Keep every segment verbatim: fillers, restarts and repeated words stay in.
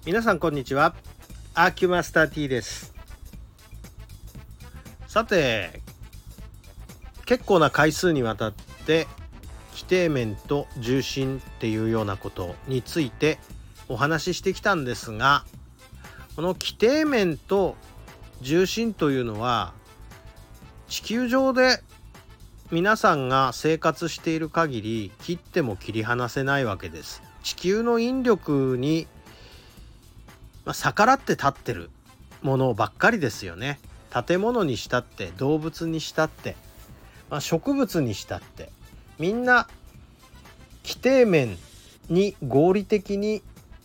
皆さんこんにちは。アーキュマスター T です。さて、結構な回数にわたって基底面と重心っていうようなことについてお話ししてきたんですが、この基底面と重心というのは地球上で皆さんが生活している限り切っても切り離せないわけです。地球の引力にまあ、逆らって立ってるものばっかりですよね。建物にしたって動物にしたって、まあ、植物にしたってみんな基底面に合理的に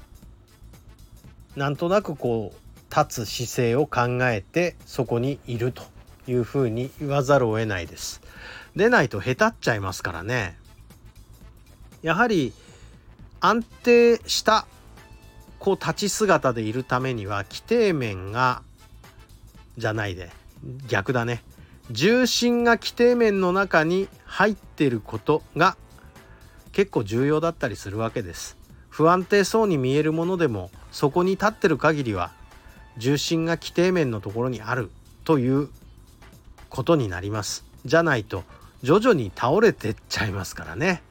なんとなくこう立つ姿勢を考えてそこにいるというふうに言わざるを得ないです。でないとへたっちゃいますからね。やはり安定したこう立ち姿でいるためには基底面がじゃないで逆だね重心が基底面の中に入っていることが結構重要だったりするわけです。不安定そうに見えるものでもそこに立ってる限りは重心が基底面のところにあるということになります。じゃないと徐々に倒れてっちゃいますからね。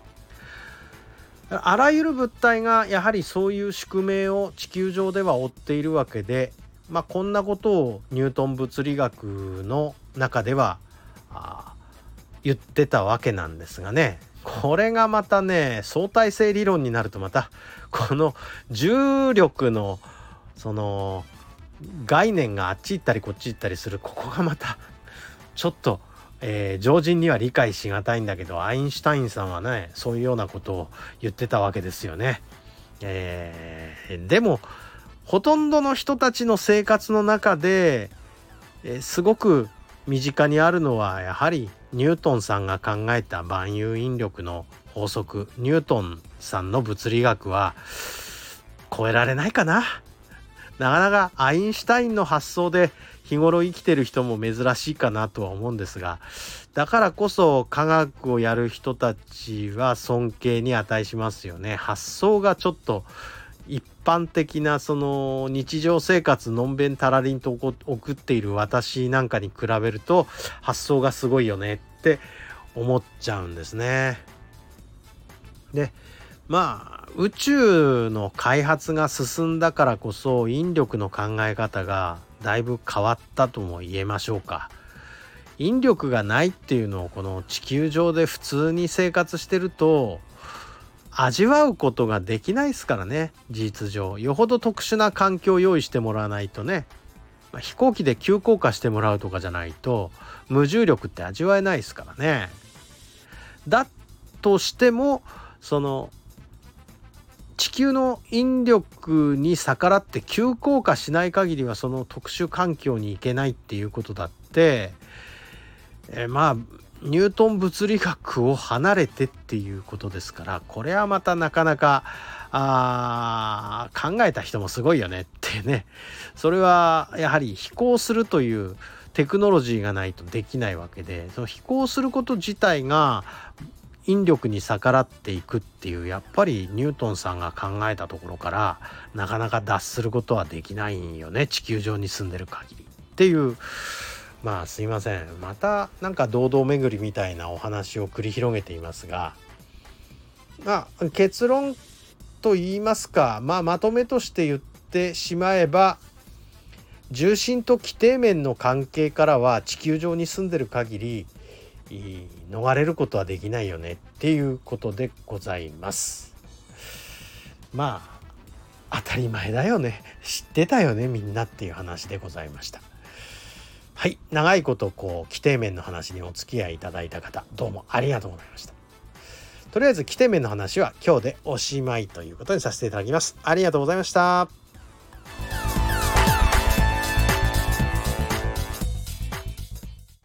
あらゆる物体がやはりそういう宿命を地球上では負っているわけで、まあ、こんなことをニュートン物理学の中ではあ言ってたわけなんですがね、これがまたね相対性理論になるとまたこの重力のその概念があっち行ったりこっち行ったりするここがまたちょっとえー、常人には理解しがたいんだけど、アインシュタインさんはねそういうようなことを言ってたわけですよね。えー、でもほとんどの人たちの生活の中で、えー、すごく身近にあるのはやはりニュートンさんが考えた万有引力の法則。ニュートンさんの物理学は超えられないかな。なかなかアインシュタインの発想で日頃生きてる人も珍しいかなとは思うんですが、だからこそ科学をやる人たちは尊敬に値しますよね。発想がちょっと一般的なその日常生活のんべんたらりんと送っている私なんかに比べると発想がすごいよねって思っちゃうんですね。でまあ宇宙の開発が進んだからこそ引力の考え方がだいぶ変わったとも言えましょうか。引力がないっていうのをこの地球上で普通に生活してると味わうことができないですからね。事実上よほど特殊な環境を用意してもらわないとね、まあ、飛行機で急降下してもらうとかじゃないと無重力って味わえないですからね。だとしてもその地球の引力に逆らって急降下しない限りはその特殊環境に行けないっていうことだって、えー、まあニュートン物理学を離れてっていうことですから、これはまたなかなかあ考えた人もすごいよねってね。それはやはり飛行するというテクノロジーがないとできないわけで、その飛行すること自体が引力に逆らっていくっていうやっぱりニュートンさんが考えたところからなかなか脱することはできないんよね、地球上に住んでる限りっていう。まあすいません、またなんか堂々巡りみたいなお話を繰り広げていますが、まあ結論と言いますか、まあまとめとして言ってしまえば重心と基底面の関係からは地球上に住んでる限り逃れることはできないよねっていうことでございます。まあ当たり前だよね、知ってたよねみんなっていう話でございました。はい、長いことこう基底面の話にお付き合いいただいた方どうもありがとうございました。とりあえず基底面の話は今日でおしまいということにさせていただきます。ありがとうございました。